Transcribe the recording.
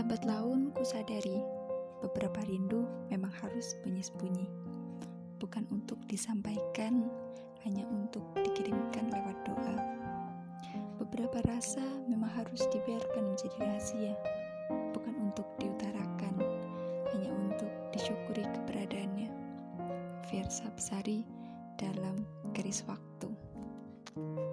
Lambat laun ku sadari, beberapa rindu memang harus sembunyi-sembunyi. Bukan untuk disampaikan, hanya untuk dikirimkan lewat doa. Beberapa rasa memang harus dibiarkan menjadi rahasia, bukan untuk diutarakan, hanya untuk disyukuri keberadaannya. Fiersa Besari dalam Garis Waktu.